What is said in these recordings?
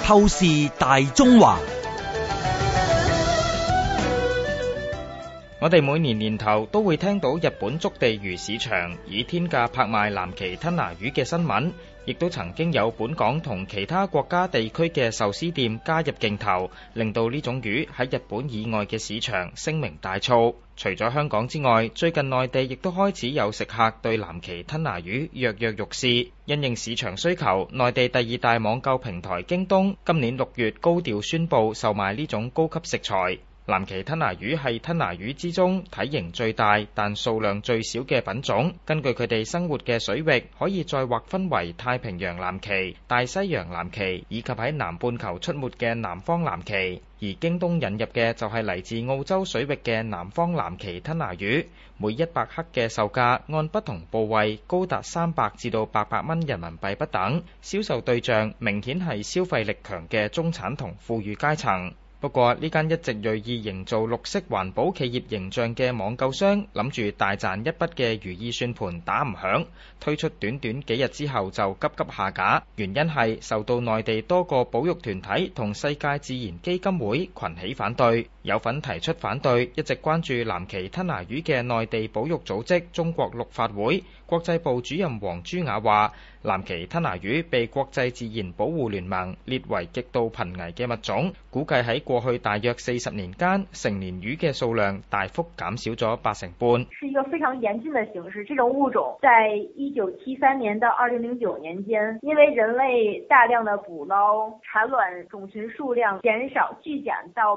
透視大中華。 我哋每年年頭都會聽到日本築地魚市場以天價拍賣藍鰭吞拿魚嘅新聞，亦都曾經有本港同其他國家地區嘅壽司店加入競投，令到呢種魚喺日本以外嘅市場聲名大噪。除咗香港之外，最近內地亦都開始有食客對藍鰭吞拿魚躍躍欲試。因應市場需求，內地第二大網購平台京東今年6月高調宣布售賣呢種高級食材。藍鰭吞拿魚係吞拿魚之中體型最大但數量最少嘅品種，根據佢哋生活嘅水域，可以再劃分為太平洋藍鰭、大西洋藍鰭以及喺南半球出沒嘅南方藍鰭。而京東引入嘅就係嚟自澳洲水域嘅南方藍鰭吞拿魚，每100克嘅售價按不同部位高達300至到800蚊人民幣不等，銷售對象明顯係消費力強嘅中產同富裕階層。不過呢間一直銳意營造綠色環保企業形象嘅網購商，諗住大賺一筆嘅如意算盤打唔響，推出短短幾日之後就急急下架。原因係受到內地多個保育團體同世界自然基金會群起反對。有份提出反對，一直關注藍鰭吞拿魚嘅內地保育組織中國綠法會國際部主任黃朱雅話，藍鰭吞拿魚被國際自然保護聯盟列為極度瀕危嘅物種，估計喺過去大約40年間，成年魚嘅數量大幅減少咗80%。 是一個非常嚴峻的形勢。這種物種在1973年到2009年間，因為人類大量的捕撈，產卵種群數量減少劇減到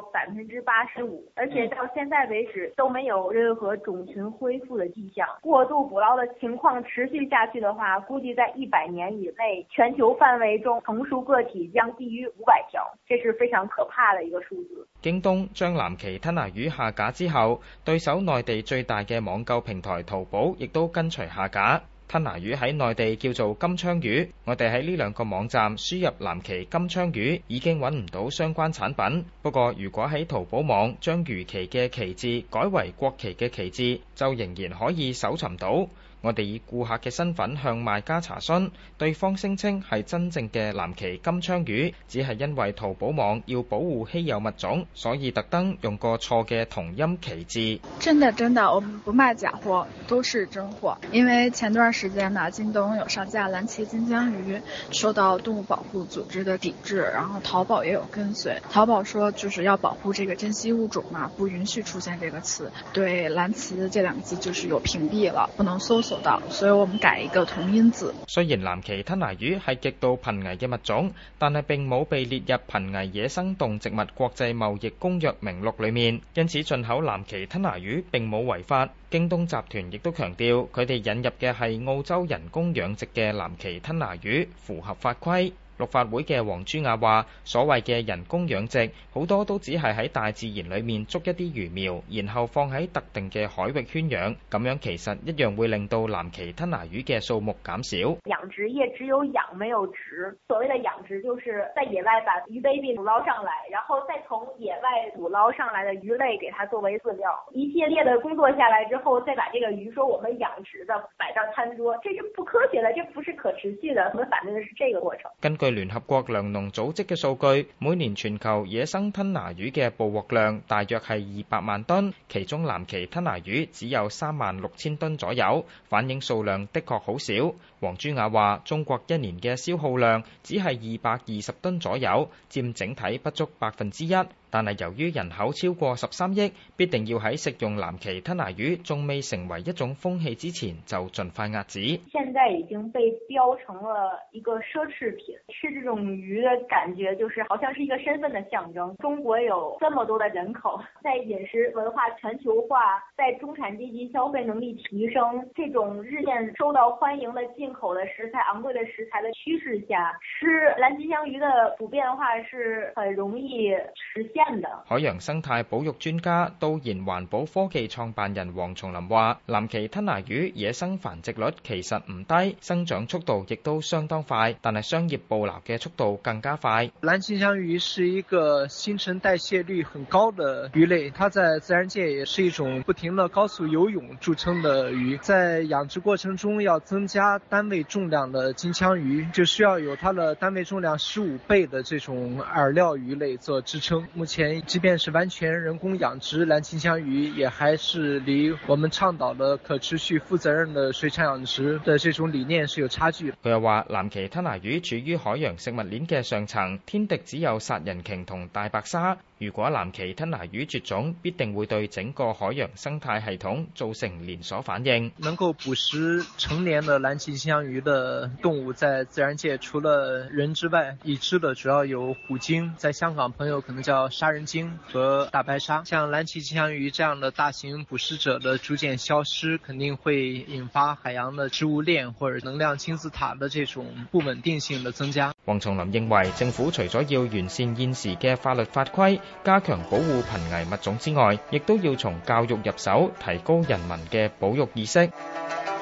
85%，而且到現在為止都沒有任何種群恢復的跡象。過度捕撈的情況持續下去的話，估計在100年以內，全球範圍中成熟個體將低於500條，這是非常可怕的一個數字。 京東將藍鰭吞拿魚下架之後，對手內地最大嘅網購平台淘寶亦都跟隨下架。吞拿魚喺內地叫做金槍魚，我哋喺呢2個網站輸入藍鰭金槍魚已經揾唔到相關產品。不過如果喺淘寶網將魚旗嘅旗幟改為國旗嘅旗幟，就仍然可以搜尋到。我哋以顧客嘅身份向賣家查詢，對方聲稱係真正嘅藍鰭金槍魚，只係因為淘寶網要保護稀有物種，所以特登用個錯嘅同音旗幟。 真的，我們不賣假貨，都是真貨。因為前段時間呢，京東有上架藍鰭金槍魚，受到動物保護組織的抵制，然後淘寶也有跟隨。淘寶說就是要保護這個珍稀物種嘛，不允許出現這個詞，對藍鰭這2個字就是有屏蔽了，不能搜索到，所以我們改一個同音字。 雖然藍鰭吞拿魚係極度瀕危嘅物種，但係並冇被列入瀕危野生動植物國際貿易公約名錄裏面，因此進口藍鰭吞拿魚並冇違法。京東集團亦都強調，佢哋引入嘅係澳洲人工養殖嘅藍鰭吞拿魚，符合法規。綠法會嘅黃朱雅話，所謂嘅人工養殖好多都只係喺大自然裏面捉一啲魚苗，然後放喺特定嘅海域圈養，咁樣其實一樣會令到藍鰭吞拿魚嘅數目減少。 養殖業只有養沒有殖，所謂的養殖就是在野外把魚 baby 捕撈上來，然後再從野外捕撈上來的魚類給它作為飼料，一系列的工作下來之後，再把這個魚說我們養殖的擺到餐桌，這是不科學的，這不是可持續的，我們反對的是這個過程。 根據聯合國糧農組織嘅數據，每年全球野生吞拿魚嘅捕獲量大約係200萬噸，其中藍鰭吞拿魚只有36000噸左右，反映數量的確好少。黃朱雅話，中國一年嘅消耗量只係220噸左右，佔整體不足1%。但係由於人口超過13億，必定要喺食用藍鰭吞拿魚仲未成為一種風氣之前，就盡快遏止。 現在已經被標成了一個奢侈品，吃這種魚的感覺就是好像是一個身份的象徵。中國有這麼多的人口，在飲食文化全球化，在中產階級消費能力提升，這種日漸受到歡迎的進口的食材、昂貴的食材的趨勢下，吃藍鰭香魚的普遍化是很容易實現验的。 海洋生態保育專家、都研環保科技創辦人黃松林話：藍鰭吞拿魚野生繁殖率其實唔低，生長速度亦都相當快，但係商業捕撈嘅速度更加快。 藍鰭香魚是一個新陳代謝率很高的魚類，它在自然界也是一種不停的高速游泳著稱的魚。在養殖過程中要增加單位重量的金槍魚，就需要有它的單位重量15倍的這種饵料魚類做支撐。目前即便是完全人工養殖藍鰭香魚，也還是離我們倡導的可持續負責任的水產養殖的這種理念是有差距。 佢又話：藍鰭吞拿魚處於海洋食物鏈嘅上層，天敵只有殺人鯨同大白鯊。如果藍鰭吞拿魚絕種，必定會對整個海洋生態系統造成連鎖反應。 能夠捕食成年的藍鰭香魚的動物，在自然界除了人之外，已知的主要有虎鯨，在香港朋友可能叫殺人鯨和大白鯊。像藍鰭香魚這樣的大型捕食者的逐漸消失，肯定會引發海洋的食物鏈或者能量金字塔的這種不穩定性的增加。 黃松林認為，政府除咗要完善現時嘅法律法規，加強保護瀕危物種之外，亦都要從教育入手，提高人民嘅保育意識。